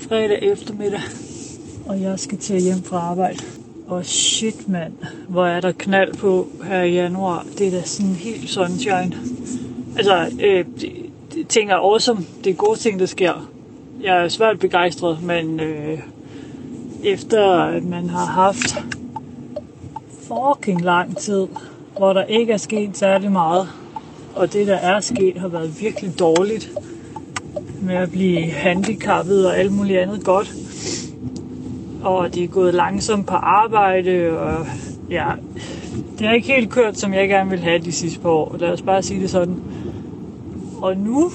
fredag eftermiddag, og jeg skal til hjem fra arbejde. Og shit mand, hvor er der knald på her i januar. Det er da sådan helt sunshine. Altså, ting er awesome. Det er gode ting, der sker. Jeg er svært begejstret, men efter at man har haft fucking lang tid, hvor der ikke er sket særlig meget, og det der er sket har været virkelig dårligt med at blive handicappet og alt muligt andet godt. Og det er gået langsomt på arbejde, og ja, det har ikke helt kørt, som jeg gerne vil have de sidste par år. Lad os bare sige det sådan. Og nu,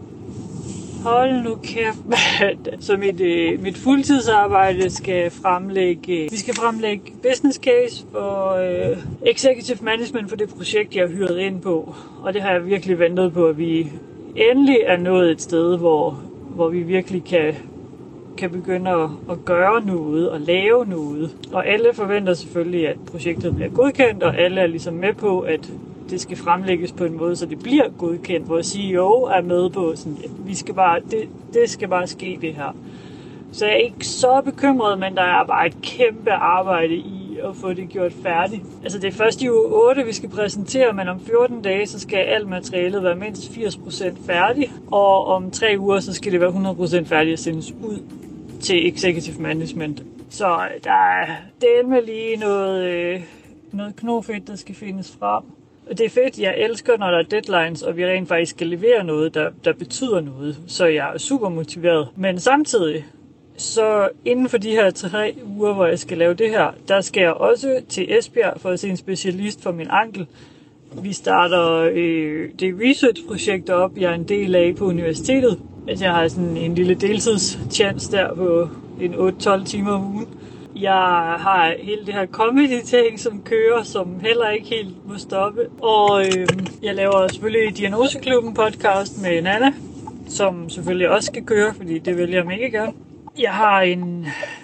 hold nu kæft, så mit fuldtidsarbejde skal fremlægge, vi skal fremlægge business case for executive management for det projekt, jeg har hyret ind på. Og det har jeg virkelig ventet på, at vi endelig er nået et sted, hvor vi virkelig kan begynde at gøre noget og lave noget. Og alle forventer selvfølgelig, at projektet bliver godkendt, og alle er ligesom med på, at det skal fremlægges på en måde, så det bliver godkendt, hvor CEO er med på, sådan, vi skal bare, det skal bare ske det her. Så jeg er ikke så bekymret, men der er bare et kæmpe arbejde i at få det gjort færdigt. Altså det er først i uge 8, vi skal præsentere, men om 14 dage, så skal alt materialet være mindst 80% færdigt, og om 3 uger, så skal det være 100% færdigt at sendes ud til executive management. Så der er delme lige noget knofedt, der skal findes frem. Og det er fedt, jeg elsker, når der er deadlines, og vi rent faktisk skal levere noget, der betyder noget. Så jeg er super motiveret. Men samtidig, så inden for de her 3 uger, hvor jeg skal lave det her, der skal jeg også til Esbjerg for at se en specialist for min ankel. Vi starter det research-projekt op, jeg er en del af på universitetet. Altså jeg har sådan en lille deltidstjans der på en 8-12 timer om ugen. Jeg har hele det her comedy-ting, som kører, som heller ikke helt må stoppe. Og jeg laver selvfølgelig Diagnoseklubben podcast med Nana, som selvfølgelig også skal køre, fordi det vil jeg mega gerne. Jeg har en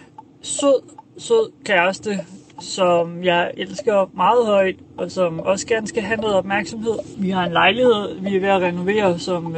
sød kæreste, som jeg elsker meget højt, og som også gerne skal have noget opmærksomhed. Vi har en lejlighed, vi er ved at renovere, som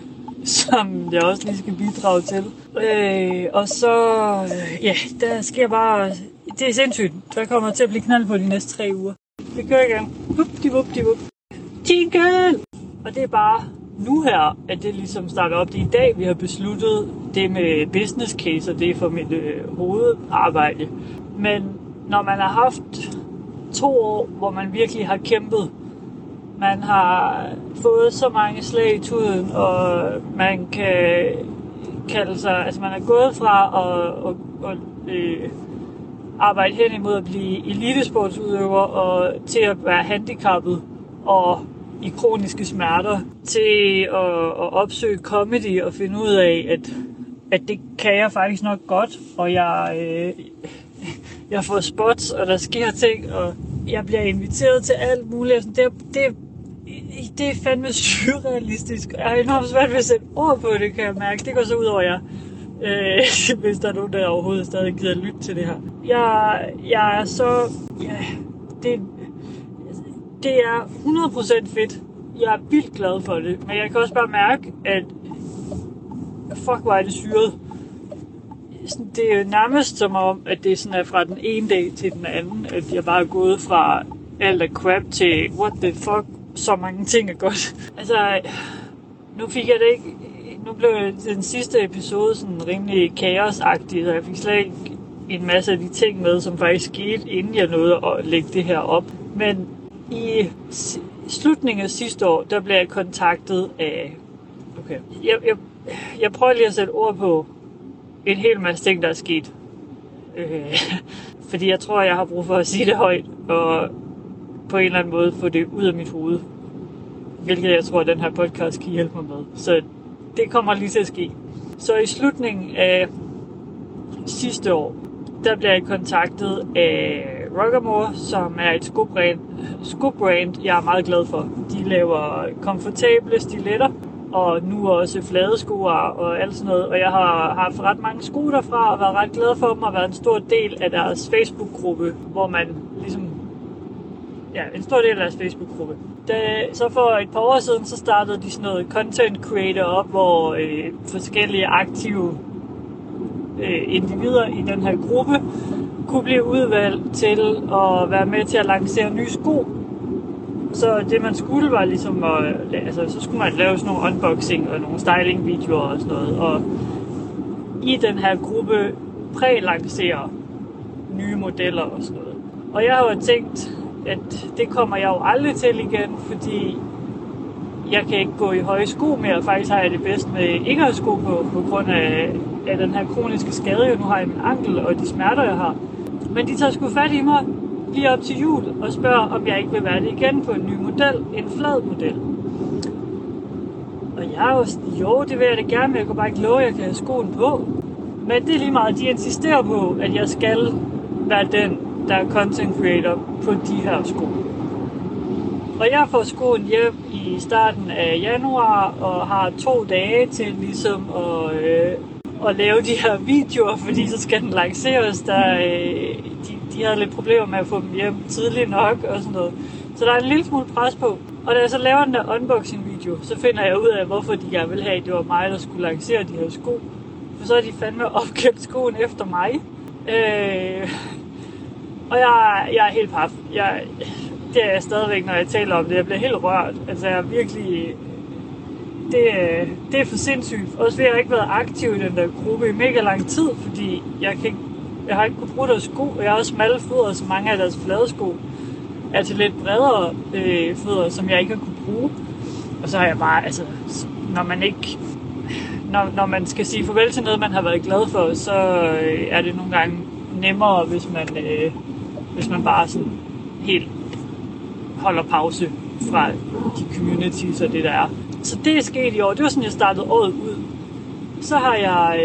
jeg også lige skal bidrage til. Og så, der sker bare, det er sindssygt. Der kommer til at blive knald på de næste 3 uger. Vi kører igen. Hup-di-vup-di-vup. Jingle! Og det er bare nu her, at det ligesom starter op. Det er i dag, vi har besluttet det med business case, og det er for mit hovedarbejde. Men når man har haft 2 år, hvor man virkelig har kæmpet, man har fået så mange slag i tuden, og man kan kalde sig, altså man er gået fra at arbejde hen imod at blive elitesportsudøver og til at være handicappet og i kroniske smerter, til at opsøge comedy og finde ud af, at det kan jeg faktisk nok godt, og jeg får spots, og der sker ting, og jeg bliver inviteret til alt muligt. Det er fandme surrealistisk. Jeg har enormt svært ved at sætte ord på det, kan jeg mærke. Det går så ud over jer, hvis der er nogen, der overhovedet stadig gider lytte til det her. Jeg er så... Ja, det er 100% fedt. Jeg er vildt glad for det. Men jeg kan også bare mærke, at fuck, hvor er det syret. Det er nærmest som om, at det sådan er fra den ene dag til den anden, at jeg bare er gået fra alt er crap til what the fuck, så mange ting er godt. Altså, nu fik jeg det ikke. Nu blev den sidste episode sådan rimelig kaosagtig, så jeg fik slet ikke en masse af de ting med, som faktisk skete, inden jeg nåede at lægge det her op. Men i slutningen af sidste år, der blev jeg kontaktet af... Okay. Jeg prøver lige at sætte ord på en hel masse ting, der er sket. Fordi jeg tror, jeg har brug for at sige det højt, og på en eller anden måde få det ud af mit hoved. Hvilket jeg tror, at den her podcast kan hjælpe mig med. Så det kommer lige til at ske. Så i slutningen af sidste år, der blev jeg kontaktet af Rockamore, som er et skobrand, jeg er meget glad for. De laver komfortable stiletter, og nu også flade sko og alt sådan noget. Og jeg har haft ret mange sko derfra, og været ret glad for dem, og været en stor del af deres Facebook-gruppe, hvor man ligesom... Ja, en stor del af deres Facebook-gruppe. Så for et par år siden, så startede de sådan noget content creator op, hvor forskellige aktive individer i den her gruppe kunne blive udvalgt til at være med til at lancere nye sko. Så det man skulle var ligesom, så skulle man lave sådan nogle unboxing og nogle styling-videoer og sådan noget. Og i den her gruppe prælancere nye modeller og sådan noget. Og jeg har jo tænkt, at det kommer jeg jo aldrig til igen, fordi jeg kan ikke gå i høje sko mere. Faktisk har jeg det bedst med ikke at have sko på grund af den her kroniske skade. Nu har jeg min ankel og de smerter, jeg har. Men de tager sgu fat i mig lige op til jul og spørger, om jeg ikke vil være det igen på en ny model, en flad model. Og jeg er jo, det vil jeg da gerne, men jeg kan bare ikke love, at jeg kan have skoen på. Men det er lige meget, de insisterer på, at jeg skal være den, der er content creator på de her sko. Og jeg får skoen hjem i starten af januar, og har 2 dage til ligesom at lave de her videoer, fordi så skal den lanceres. De havde lidt problemer med at få dem hjem tidligt nok og sådan noget. Så der er en lille smule pres på. Og da jeg så laver den der unboxing video, så finder jeg ud af, hvorfor de gerne vil have, at det var mig, der skulle lancere de her sko. For så er de fandme opkøbt skoen efter mig. Og jeg er helt paf. Det er jeg stadigvæk, når jeg taler om det. Jeg bliver helt rørt. Altså jeg er virkelig... Det er for sindssygt. Også fordi jeg har ikke været aktiv i den der gruppe i mega lang tid, fordi jeg har ikke kunnet bruge deres sko, og jeg har også smalle fødder, så mange af deres flade sko er til lidt bredere fødder, som jeg ikke har kunnet bruge. Og så har jeg bare, altså, når man skal sige farvel til noget, man har været glad for, så er det nogle gange nemmere, hvis man bare sådan helt holder pause fra de communities og det der er. Så det er sket i år. Det var sådan, jeg startede året ud. Så har jeg,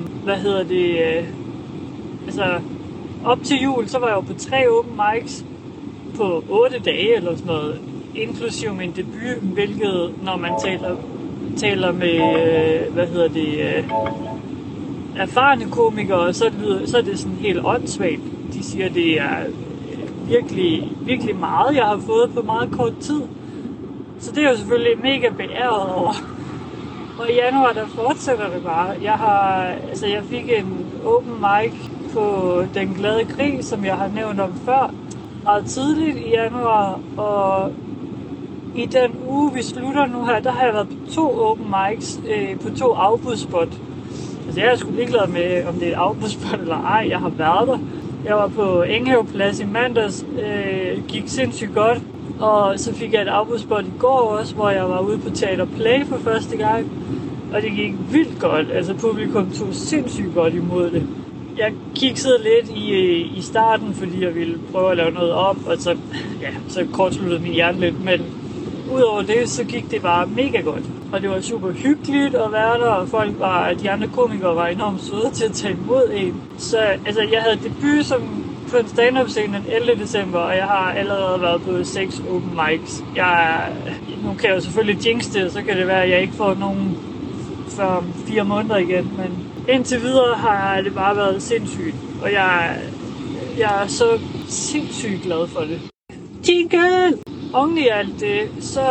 op til jul, så var jeg jo på 3 open mics på 8 dage eller sådan noget, inklusive min debut, hvilket, når man taler med, erfarne komikere, så er det sådan helt åndssvagt. De siger, det er virkelig, virkelig meget, jeg har fået på meget kort tid. Så det er jo selvfølgelig mega beæret over. Og i januar, der fortsætter det bare. Jeg fik en open mic på Den Glade Krig, som jeg har nævnt om før, meget tidligt i januar. Og i den uge, vi slutter nu her, der har jeg været på 2 open mics på 2 afbudsspot. Altså jeg er sgu ligeglad med, om det er et afbudsspot eller ej. Jeg har været der. Jeg var på Enghaveplads i mandags, gik sindssygt godt. Og så fik jeg et afbudsspot i går også, hvor jeg var ude på Teater Play for første gang. Og det gik vildt godt. Altså publikum tog sindssygt godt imod det. Jeg kiksede lidt i starten, fordi jeg ville prøve at lave noget op. Og så kortsluttede min hjerne lidt. Men udover det, så gik det bare mega godt. Og det var super hyggeligt at være der. Og de andre komikere var enormt søde til at tage imod en. Så altså, jeg havde debut på en stand-up scene den 11. december, og jeg har allerede været på 6 open mics. Nu kan jeg jo selvfølgelig jinx det, så kan det være, at jeg ikke får nogen for 4 måneder igen, men indtil videre har det bare været sindssygt, og jeg er så sindssygt glad for det. Jingle! Oven i alt det, så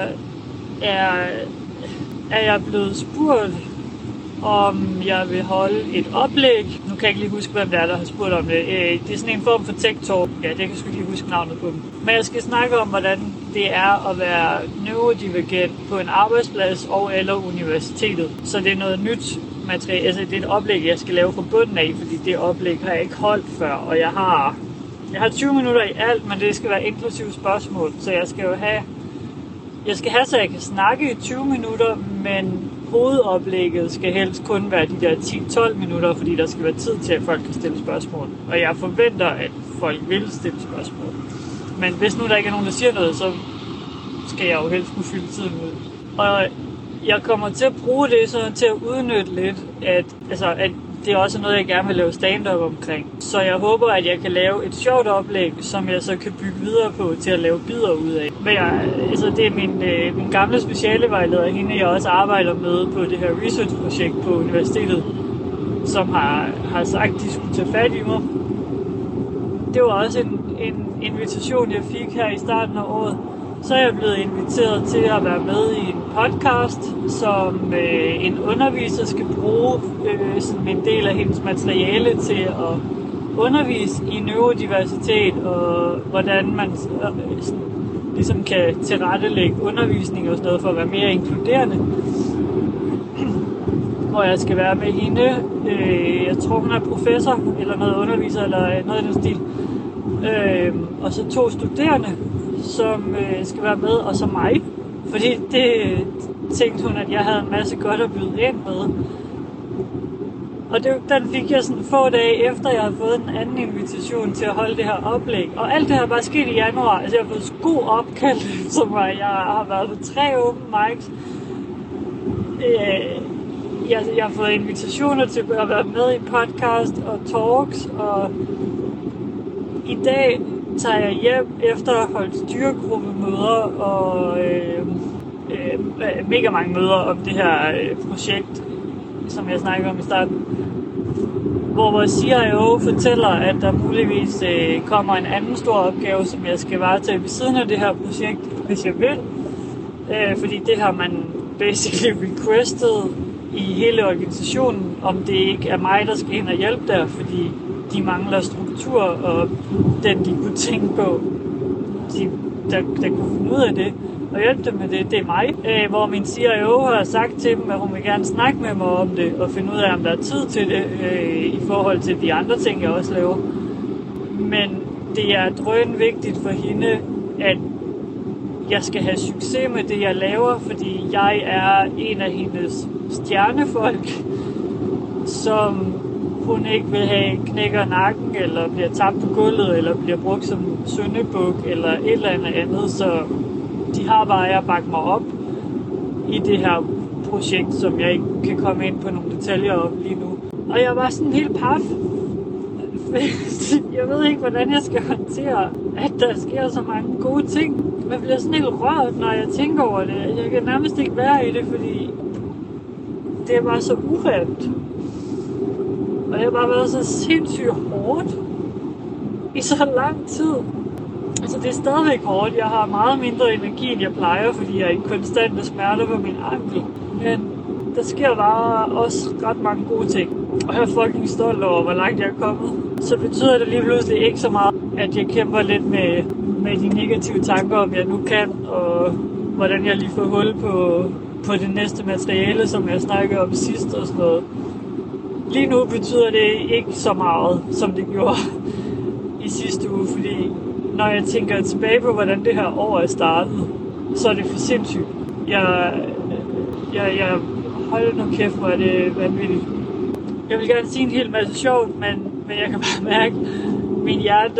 er jeg blevet spurgt, om jeg vil holde et oplæg. Nu kan jeg ikke lige huske, hvem der har spurgt om det. Det er sådan en form for tech-talk. Ja, det kan jeg sgu lige huske navnet på dem. Men jeg skal snakke om, hvordan det er at være neurodivergent på en arbejdsplads og eller universitetet. Så det er noget nyt materiale. Altså det er et oplæg, jeg skal lave fra bunden af, fordi det oplæg har jeg ikke holdt før. Og jeg har 20 minutter i alt, men det skal være inklusive spørgsmål. Så jeg skal have, så jeg kan snakke i 20 minutter, men hovedoplægget skal helst kun være de der 10-12 minutter, fordi der skal være tid til, at folk kan stille spørgsmål. Og jeg forventer, at folk vil stille spørgsmål. Men hvis nu der ikke er nogen, der siger noget, så skal jeg jo helst kunne fylde tiden ud. Og jeg kommer til at bruge det sådan til at udnytte lidt, at det er også noget, jeg gerne vil lave stand-up omkring. Så jeg håber, at jeg kan lave et sjovt oplæg, som jeg så kan bygge videre på til at lave bidder ud af. Men det er min gamle specialevejleder, hende jeg også arbejder med på det her research-projekt på universitetet, som har sagt, at de skulle tage fat i mig. Det var også en invitation, jeg fik her i starten af året. Så er jeg blevet inviteret til at være med i podcast, som en underviser skal bruge som en del af hendes materiale til at undervise i neurodiversitet, og hvordan man ligesom kan tilrettelægge undervisning og sådan noget for at være mere inkluderende. Hvor jeg skal være med hende. Jeg tror, hun er professor, eller noget underviser, eller noget i den stil. Og så 2 studerende, som skal være med, og så mig. Fordi det tænkte hun, at jeg havde en masse godt at byde ind med. Og den fik jeg sådan få dage efter, jeg havde fået en anden invitation til at holde det her oplæg. Og alt det her bare sket i januar. Altså jeg har fået sko opkaldt, som jeg har været på 3 open mics. Jeg har fået invitationer til at være med i podcast og talks, og i dag tager jeg hjem efter at have holdt styregruppemøder og mega mange møder om det her projekt, som jeg snakkede om i starten, hvor vores CIO fortæller, at der muligvis kommer en anden stor opgave, som jeg skal varetage ved siden af det her projekt, hvis jeg vil. Fordi det har man basically requested i hele organisationen, om det ikke er mig, der skal ind og hjælpe der, fordi de mangler struktur, og den de kunne tænke på, der kunne finde ud af det, og hjælpe dem med det, det er mig. Hvor min CIO har sagt til dem, at hun vil gerne snakke med mig om det, og finde ud af, om der er tid til det, i forhold til de andre ting, jeg også laver. Men det er drøn vigtigt for hende, at jeg skal have succes med det, jeg laver, fordi jeg er en af hendes stjernefolk, som hun ikke vil have knækker nakken, eller bliver tabt på gulvet, eller bliver brugt som syndebuk, eller et eller andet. Så de har bare at bakke mig op i det her projekt, som jeg ikke kan komme ind på nogle detaljer om lige nu. Og jeg var sådan helt paf. Jeg ved ikke, hvordan jeg skal håndtere, at der sker så mange gode ting. Jeg bliver sådan helt rørt, når jeg tænker over det. Jeg kan nærmest ikke være i det, fordi det er bare så ureelt. Og det har bare været så sindssygt hårdt i så lang tid. Altså det er stadigvæk hårdt. Jeg har meget mindre energi, end jeg plejer, fordi jeg er i konstante smerter på min ankel. Men der sker bare også ret mange gode ting. Og jeg er fucking stolt over, hvor langt jeg er kommet. Så betyder det lige pludselig ikke så meget, at jeg kæmper lidt med de negative tanker, om jeg nu kan, og hvordan jeg lige får hul på det næste materiale, som jeg snakkede om sidst og sådan noget. Lige nu betyder det ikke så meget, som det gjorde i sidste uge, fordi når jeg tænker tilbage på, hvordan det her år er startet, så er det for sindssygt. Jeg holder nu kæft, hvor er det vanvittigt. Jeg vil gerne sige en hel masse sjovt, men jeg kan bare mærke, at min hjerte,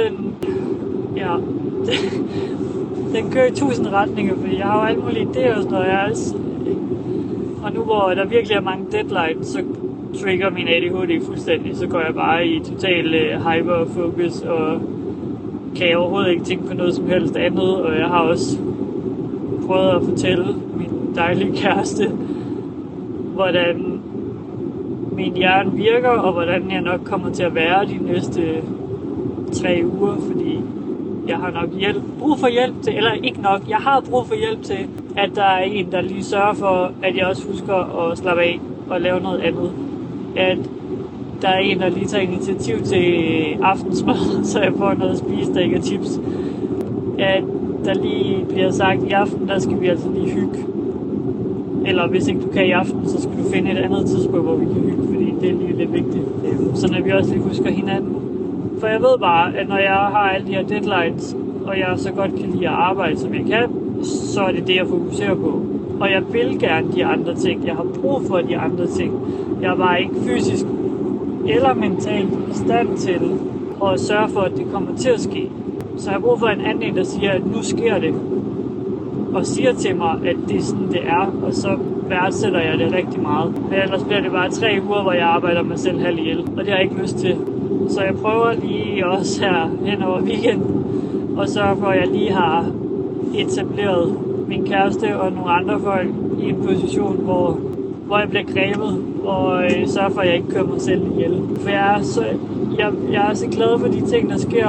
den kører i 1000 retninger, fordi jeg har jo alle mulige idéer og sådan noget. Og nu hvor der virkelig er mange deadlines, så trigger min ADHD fuldstændig, så går jeg bare i total hyperfokus og kan jeg overhovedet ikke tænke på noget som helst andet, og jeg har også prøvet at fortælle min dejlige kæreste, hvordan min hjerne virker, og hvordan jeg nok kommer til at være de næste 3 uger, fordi jeg har nok brug for hjælp til, eller ikke nok, jeg har brug for hjælp til, at der er en, der lige sørger for, at jeg også husker at slappe af og lave noget andet. At der er en, der lige tager initiativ til aftensmad, så jeg får noget at spise, der ikke er chips. At der lige bliver sagt, i aften, der skal vi altså lige hygge. Eller hvis ikke du kan i aften, så skal du finde et andet tidspunkt, hvor vi kan hygge, fordi det er lige lidt vigtigt. Så når vi også lige husker hinanden. For jeg ved bare, at når jeg har alle de her deadlines, og jeg så godt kan lide at arbejde, som jeg kan, så er det det, jeg fokuserer på. Og jeg vil gerne de andre ting. Jeg har brug for de andre ting. Jeg er bare ikke fysisk eller mentalt i stand til at sørge for, at det kommer til at ske. Så jeg har brug for en anden, der siger, at nu sker det. Og siger til mig, at det er sådan, det er. Og så værdsætter jeg det rigtig meget. Men ellers bliver det bare 3 uger, hvor jeg arbejder mig selv halv ihjel. Og det har jeg ikke lyst til. Så jeg prøver lige også her hen over weekenden. Og sørge for, at jeg lige har etableret min kæreste og nogle andre folk i en position, hvor jeg bliver grebet, og sørger for, at jeg ikke kører mig selv ihjel. For jeg er så glad for de ting, der sker,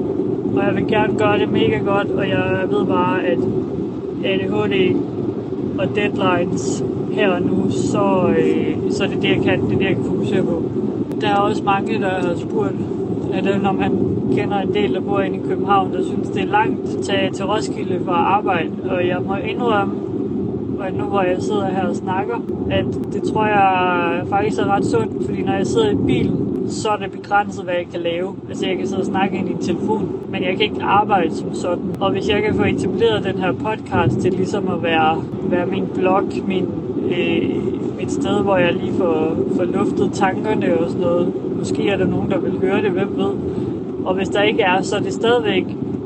og jeg vil gerne gøre det mega godt, og jeg ved bare, at ADHD og deadlines her og nu, så er det det, jeg kan. Det er det, jeg kan fokusere på. Der er også mange, der har spurgt, at når man kender en del, der bor inde i København, der synes, det er langt at tage til Roskilde for at arbejde. Og jeg må indrømme, og nu hvor jeg sidder her og snakker, at det tror jeg faktisk er ret sundt, fordi når jeg sidder i bilen, så er det begrænset, hvad jeg kan lave. Altså jeg kan sidde og snakke ind i en telefon, men jeg kan ikke arbejde som sådan. Og hvis jeg kan få etableret den her podcast til ligesom at være min blog, mit sted, hvor jeg lige får luftet tankerne og sådan noget. Måske er der nogen, der vil høre det, hvem ved. Og hvis der ikke er, så er det stadigvæk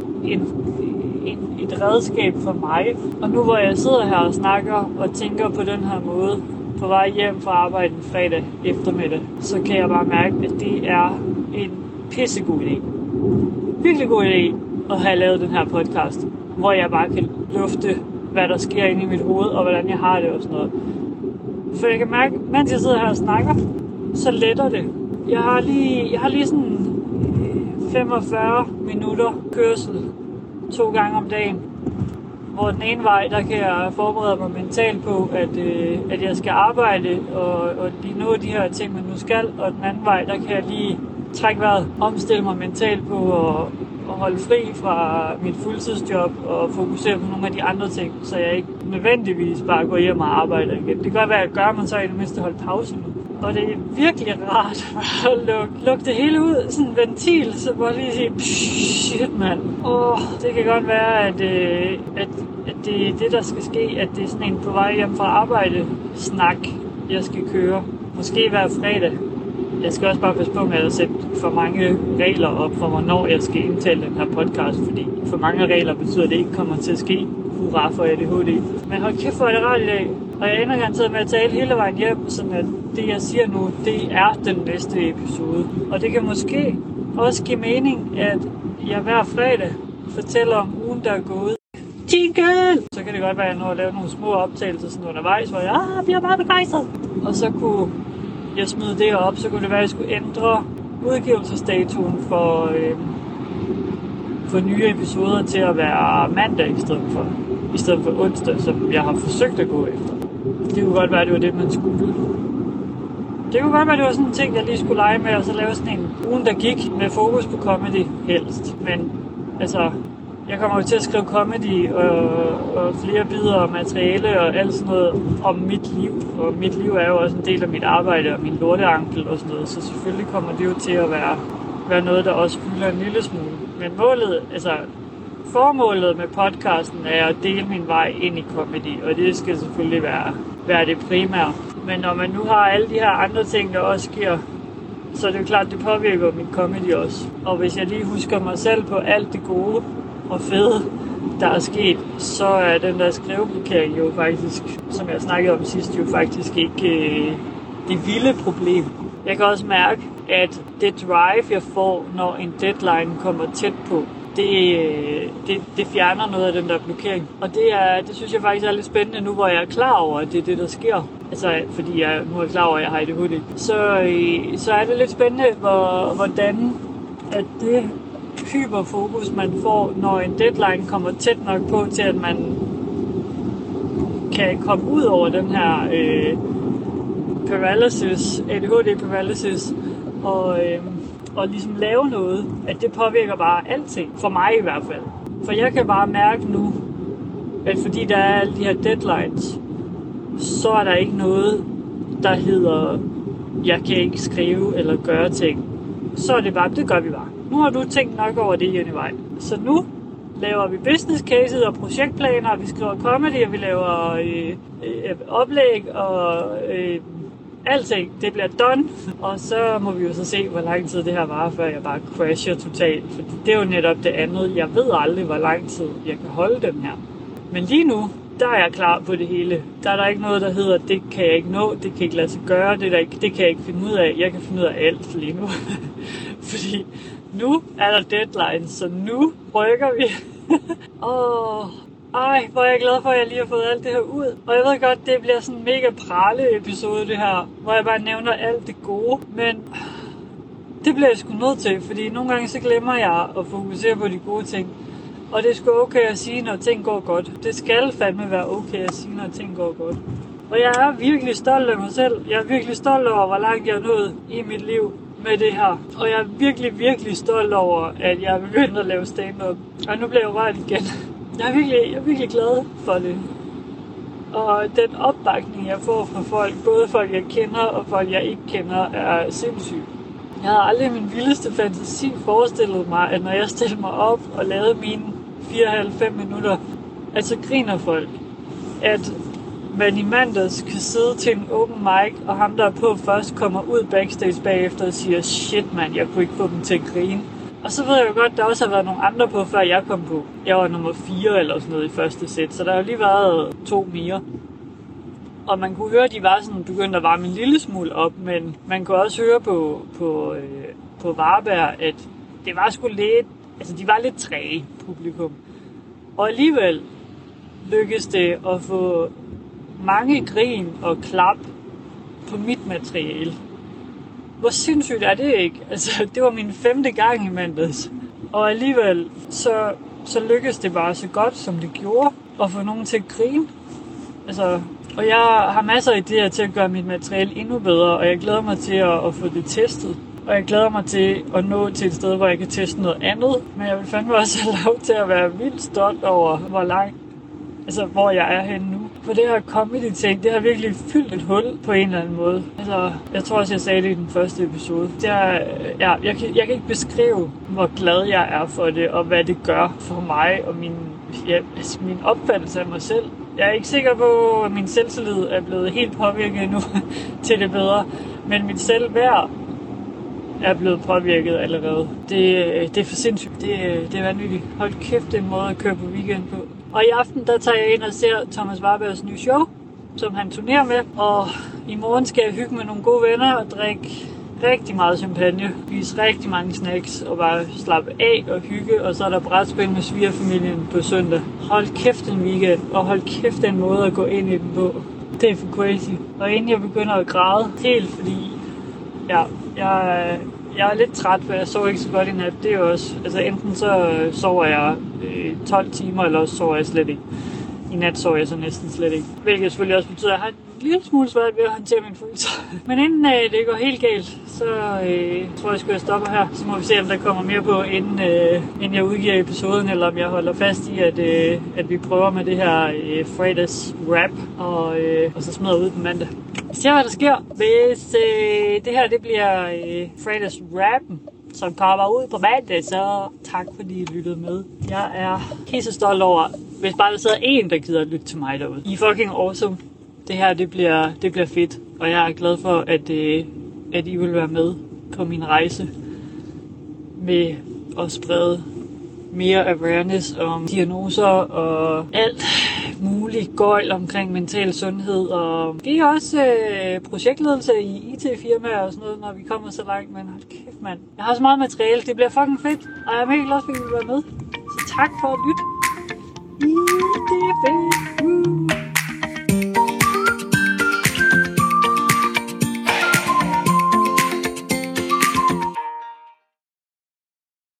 et redskab for mig. Og nu hvor jeg sidder her og snakker og tænker på den her måde, på vej hjem fra arbejde en fredag eftermiddag, så kan jeg bare mærke, at det er en pissegod idé. Virkelig god idé at have lavet den her podcast, hvor jeg bare kan lufte, hvad der sker inde i mit hoved, og hvordan jeg har det og sådan noget. For jeg kan mærke, mens jeg sidder her og snakker, så letter det. Jeg har lige sådan 45 minutter kørsel 2 gange om dagen, hvor den ene vej, der kan jeg forberede mig mentalt på, at jeg skal arbejde og lige nå de her ting, man nu skal, og den anden vej, der kan jeg lige trække vejret, omstille mig mentalt på at holde fri fra mit fuldtidsjob og fokusere på nogle af de andre ting, så jeg ikke nødvendigvis bare går hjem og arbejder igen. Det kan godt være, at jeg gør, men så i det mindste holde pause nu. Og det er virkelig rart at lukke det hele ud, sådan en ventil, så bare lige sige, shit mand. Det kan godt være, at det er det, der skal ske, at det er sådan en på vej hjem fra arbejde snak, jeg skal køre. Måske hver fredag. Jeg skal også bare passe på med at sætte for mange regler op for, hvornår jeg skal indtale den her podcast, fordi for mange regler betyder, at det ikke kommer til at ske. Hurra for ADHD. Men hold kæft, hvor er det rart i dag. Og jeg ender garanteret med at tale hele vejen hjem, sådan at det, jeg siger nu, det er den næste episode. Og det kan måske også give mening, at jeg hver fredag fortæller om ugen, der er gået. Jingle! Så kan det godt være, at jeg når at lave nogle små optagelser sådan undervejs, hvor jeg bliver meget begejstret. Og så kunne jeg smide det op, så kunne det være, at jeg skulle ændre udgivelsesdatoen for nye episoder til at være mandag i stedet for onsdag, som jeg har forsøgt at gå efter. Det kunne godt være, at det var det, man skulle. Det kunne godt være, at det var sådan en ting, jeg lige skulle lege med, og så lave sådan en ugen, der gik med fokus på comedy helst. Men altså, jeg kommer jo til at skrive comedy og flere bidder og materiale og alt sådan noget om mit liv. Og mit liv er jo også en del af mit arbejde og min lorteankel og sådan noget, så selvfølgelig kommer det jo til at være noget, der også fylder en lille smule. Men formålet med podcasten er at dele min vej ind i comedy, og det skal selvfølgelig være det primære. Men når man nu har alle de her andre ting, der også sker, så er det jo klart, at det påvirker min comedy også. Og hvis jeg lige husker mig selv på alt det gode og fede, der er sket, så er den der skriveblokering jo faktisk, som jeg snakkede om sidst, jo faktisk ikke det vilde problem. Jeg kan også mærke, at det drive, jeg får, når en deadline kommer tæt på, det fjerner noget af den der blokering. Og det synes jeg faktisk er lidt spændende nu, hvor jeg er klar over, at det er det, der sker. Altså, fordi jeg nu er klar over, at jeg har ADHD. Så er det lidt spændende, hvordan at det hyperfokus, man får, når en deadline kommer tæt nok på, til at man kan komme ud over den her ADHD paralysis, og ligesom lave noget, at det påvirker bare alting. For mig i hvert fald. For jeg kan bare mærke nu, at fordi der er alle de her deadlines, så er der ikke noget, der hedder, jeg kan ikke skrive eller gøre ting. Så er det bare, det gør vi bare. Nu har du tænkt nok over det, Jenny Vej. Så nu laver vi business cases og projektplaner, og vi skriver comedy, og vi laver oplæg og alting. Det bliver done, og så må vi jo så se, hvor lang tid det her varer, før jeg bare crasher totalt. For det er jo netop det andet. Jeg ved aldrig, hvor lang tid jeg kan holde den her. Men lige nu, der er jeg klar på det hele. Der er der ikke noget, der hedder, det kan jeg ikke nå, det kan ikke lade sig gøre, det kan jeg ikke finde ud af. Jeg kan finde ud af alt lige nu. Fordi nu er der deadline, så nu rykker vi. Hvor er jeg glad for, at jeg lige har fået alt det her ud. Og jeg ved godt, det bliver sådan en mega prale episode, det her, hvor jeg bare nævner alt det gode. Men det bliver jeg sgu nødt til, fordi nogle gange så glemmer jeg at fokusere på de gode ting. Og det er sgu okay at sige, når ting går godt. Det skal fandme være okay at sige, når ting går godt. Og jeg er virkelig stolt af mig selv. Jeg er virkelig stolt over, hvor langt jeg er nået i mit liv med det her. Og jeg er virkelig, virkelig stolt over, at jeg er begyndt at lave stand-up. Og nu bliver jeg rørt igen. Jeg er virkelig glad for det. Og den opbakning, jeg får fra folk, både folk jeg kender og folk jeg ikke kender, er sindssyg. Jeg havde aldrig i min vildeste fantasi forestillet mig, at når jeg stillede mig op og lavede mine 4,5 minutter, at så griner folk. At man i mandags kan sidde til en open mic, og ham der er på først kommer ud backstage bagefter og siger, shit mand, jeg kunne ikke få dem til at grine. Og så ved jeg jo godt, at der også har været nogle andre på, før jeg kom på. Jeg var nummer 4 eller sådan noget i første sæt, så der har jo lige været 2 mere. Og man kunne høre, at de var sådan begyndt at varme en lille smule op, men man kunne også høre på Varberg, at det var sgu lidt, altså de var lidt træge, publikum. Og alligevel lykkedes det at få mange grin og klap på mit materiale. Hvor sindssygt er det ikke? Altså, det var min 5. gang i mandags. Og alligevel, så lykkedes det bare så godt, som det gjorde, at få nogen til at grine. Altså, og jeg har masser af idéer til at gøre mit materiale endnu bedre, og jeg glæder mig til at få det testet. Og jeg glæder mig til at nå til et sted, hvor jeg kan teste noget andet. Men jeg vil fandme også have lov til at være vildt stolt over, hvor jeg er henne nu. For det her comedy-ting, det har virkelig fyldt et hul på en eller anden måde. Altså, jeg tror også, jeg sagde det i den første episode. Jeg kan ikke beskrive, hvor glad jeg er for det, og hvad det gør for mig og min opfattelse af mig selv. Jeg er ikke sikker på, at min selvtillid er blevet helt påvirket endnu til det bedre. Men mit selvværd er blevet påvirket allerede. Det er for sindssygt. Det er vanvittigt. Hold kæft, det er en måde at køre på weekend på. Og i aften, der tager jeg ind og ser Thomas Warbergs nye show, som han turnerer med. Og i morgen skal jeg hygge med nogle gode venner og drikke rigtig meget champagne, spise rigtig mange snacks og bare slappe af og hygge. Og så er der brætspil med svigerfamilien på søndag. Hold kæft en weekend, og hold kæft en måde at gå ind i den på. Det er for crazy. Og inden jeg begynder at græde, helt fordi jeg er lidt træt, for jeg sover ikke så godt i nat. Det er også, altså enten så sover jeg 12 timer, eller også sover jeg slet ikke. I nat sover jeg så næsten slet ikke. Hvilket selvfølgelig også betyder, at jeg har en lille smule svært ved at håndtere min følelser. Men inden det går helt galt, så tror jeg sgu, jeg stopper her. Så må vi se, om der kommer mere på, inden jeg udgiver episoden, eller om jeg holder fast i, at vi prøver med det her fredags rap, og så smider ud på mandag. Vi ser, hvad der sker. Hvis det her det bliver fredags rappen, som kommer ud på mandag, så tak fordi I lyttede med. Jeg er helt så stolt over, hvis bare der sidder en, der gider at lytte til mig derude. I er fucking awesome. Det her, det bliver fedt. Og jeg er glad for, at I vil være med på min rejse med at sprede mere awareness om diagnoser og alt muligt gøjl omkring mental sundhed. Og det er også projektledelse i IT-firmaer og sådan noget, når vi kommer så langt. Men hold kæft, mand. Jeg har så meget materiale. Det bliver fucking fedt. Og jeg er mega glad for, at I vil være med. Så tak for at lytte. Det er fedt.